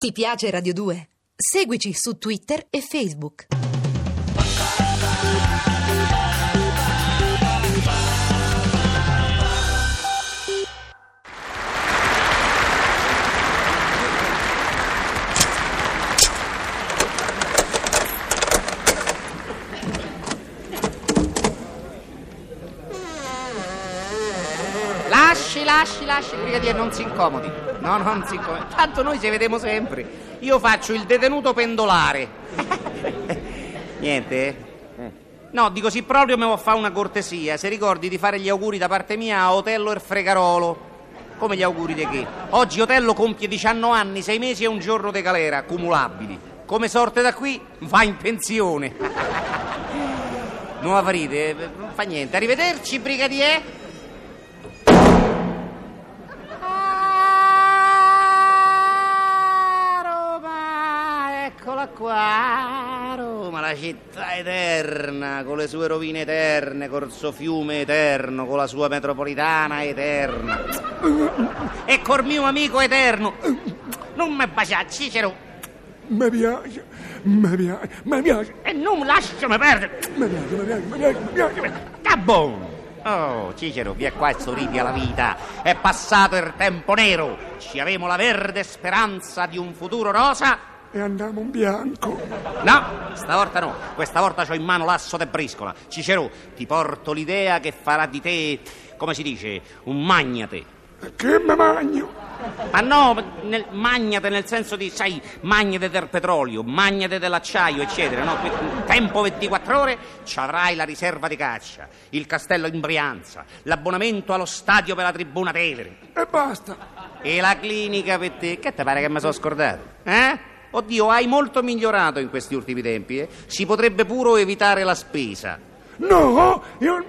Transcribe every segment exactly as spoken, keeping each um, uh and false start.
Ti piace Radio due? Seguici su Twitter e Facebook. Lasci, lasci, lasci, brigadiere, non si incomodi. No, non si incomodi. Tanto noi ci vediamo sempre. Io faccio il detenuto pendolare. Niente? No, dico, sì, proprio mi vuoi fare una cortesia. Se ricordi di fare gli auguri da parte mia a Otello e Fregarolo. Come gli auguri di che? Oggi Otello compie diciannove anni, sei mesi e un giorno di galera, accumulabili. Come sorte da qui, va in pensione. Non avrete, non fa niente. Arrivederci, brigadiere. Eccola qua, Roma, la città eterna, con le sue rovine eterne, col suo fiume eterno, con la sua metropolitana eterna. E col mio amico eterno. Non mi baciare, Cicero. Mi piace, mi piace, mi piace. E non lasciami perdere. Mi piace, mi piace, mi piace, mi piace. Cabon! Oh, Cicero, via qua e sorridi alla vita. È passato il tempo nero. Ci avemo la verde speranza di un futuro rosa. E andiamo in bianco. No, stavolta no. Questa volta c'ho in mano l'asso de briscola. Cicero, ti porto l'idea che farà di te, come si dice, un magnate. Che me magno? Ma no, nel, magnate nel senso di, sai, magnate del petrolio, magnate dell'acciaio, eccetera, no? Tempo ventiquattro ore, ci avrai la riserva di caccia, il castello in Brianza, l'abbonamento allo stadio per la tribuna Tevere. E basta. E la clinica per te. Che te pare che mi sono scordato? Eh? Oddio, hai molto migliorato in questi ultimi tempi, eh? Si potrebbe pure evitare la spesa. No, io...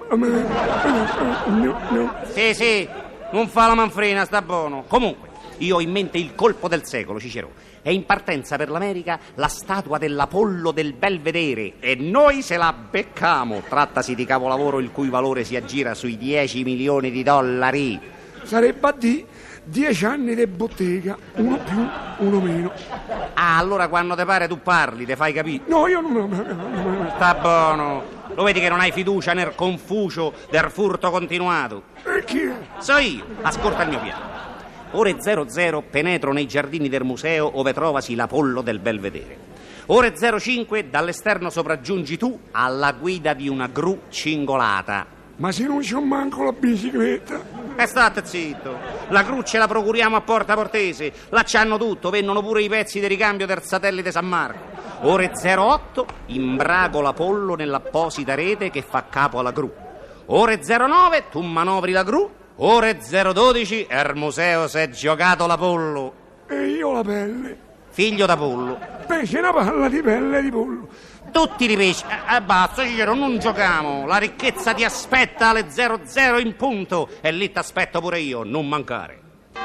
No, no. Sì, sì, non fa la manfrina, sta buono. Comunque, io ho in mente il colpo del secolo, Cicero. È in partenza per l'America la statua dell'Apollo del Belvedere e noi se la beccamo. Trattasi di capolavoro il cui valore si aggira sui dieci milioni di dollari. Sarebbe a di dieci anni di bottega, uno più, uno meno. Ah, allora quando te pare tu parli, te fai capire. No, io non... Sta buono. Lo vedi che non hai fiducia nel Confucio del furto continuato? E chi è? So io. Ascolta il mio piano. Ore zero zero penetro nei giardini del museo ove trovasi l'Apollo del Belvedere. Ore zero cinque dall'esterno sopraggiungi tu alla guida di una gru cingolata. Ma se non c'ho manco la bicicletta? E state zitto, la gru ce la procuriamo a Porta Portese, là c'hanno tutto, vendono pure i pezzi di ricambio del satellite San Marco. Ore zero otto imbrago l'Apollo nell'apposita rete che fa capo alla gru. Ore zero nove tu manovri la gru. Ore zero dodici il museo si è giocato l'Apollo. E io la pelle. Figlio d'Apollo. Fece una palla di pelle di pollo. Tutti i pesci. E eh, basta, Cicero, non giochiamo. La ricchezza ti aspetta alle zero zero in punto. E lì ti aspetto pure io, non mancare.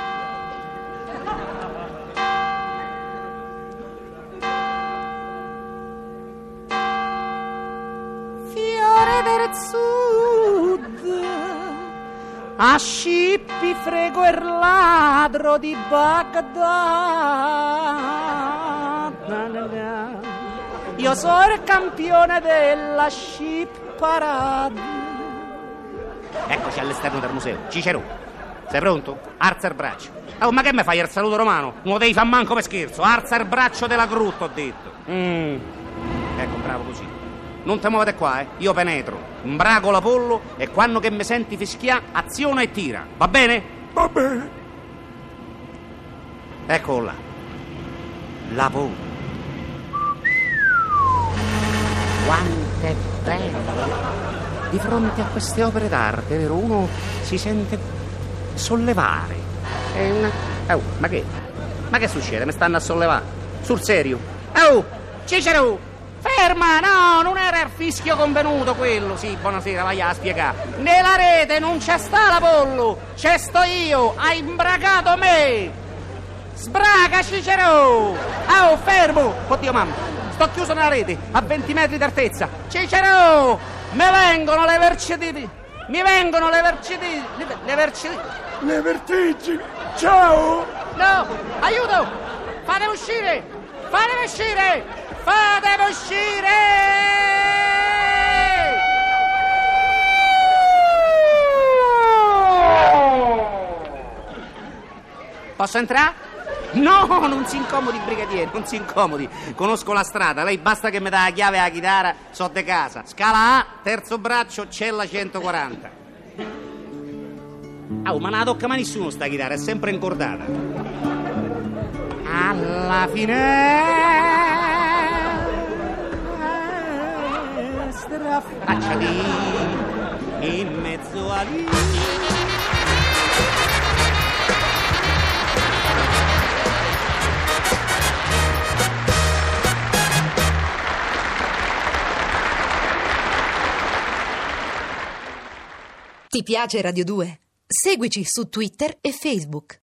Fiore del Sud, a scippi frego il ladro di Baghdad. Io sono il campione della ship parade. Eccoci all'esterno del museo. Cicero, sei pronto? Alza il braccio. Oh, ma che me fai il saluto romano? Non lo devi far manco per scherzo. Alza il braccio della grutta, ho detto. Mm. Ecco, bravo così. Non te muovete qua, eh. Io penetro, imbrago l'Apollo e quando che mi senti fischià, aziona e tira. Va bene? Va bene. Ecco là. L'Apollo. Quanto è bello! Di fronte a queste opere d'arte, vero, uno si sente sollevare. È una... Oh, ma che? Ma che succede? Mi stanno a sollevare? Sul serio? Oh, Cicero! Ferma! No, non era il fischio convenuto quello. Sì, buonasera, vai a spiegare. Nella rete non c'è sta l'Apollo, c'è sto io, hai imbragato me! Sbraga, Cicero! Oh, fermo! Oddio, mamma! Sto chiuso nella rete, a venti metri d'altezza. Cicero! Me vengono le vertigini! Mi vengono le vertigini! Le vertigini! Le vertigini! Ciao! No! Aiuto! Fatemi uscire! Fatemi uscire! Fatemi uscire! Posso entrare? No, non si incomodi, brigadiere, non si incomodi. Conosco la strada, lei basta che mi dà la chiave alla chitarra, so de casa. Scala A, terzo braccio, cella centoquaranta. Oh, ma non la tocca mai nessuno sta chitarra, è sempre incordata. Alla finestra affacciati in mezzo a lì. Ti piace Radio due? Seguici su Twitter e Facebook.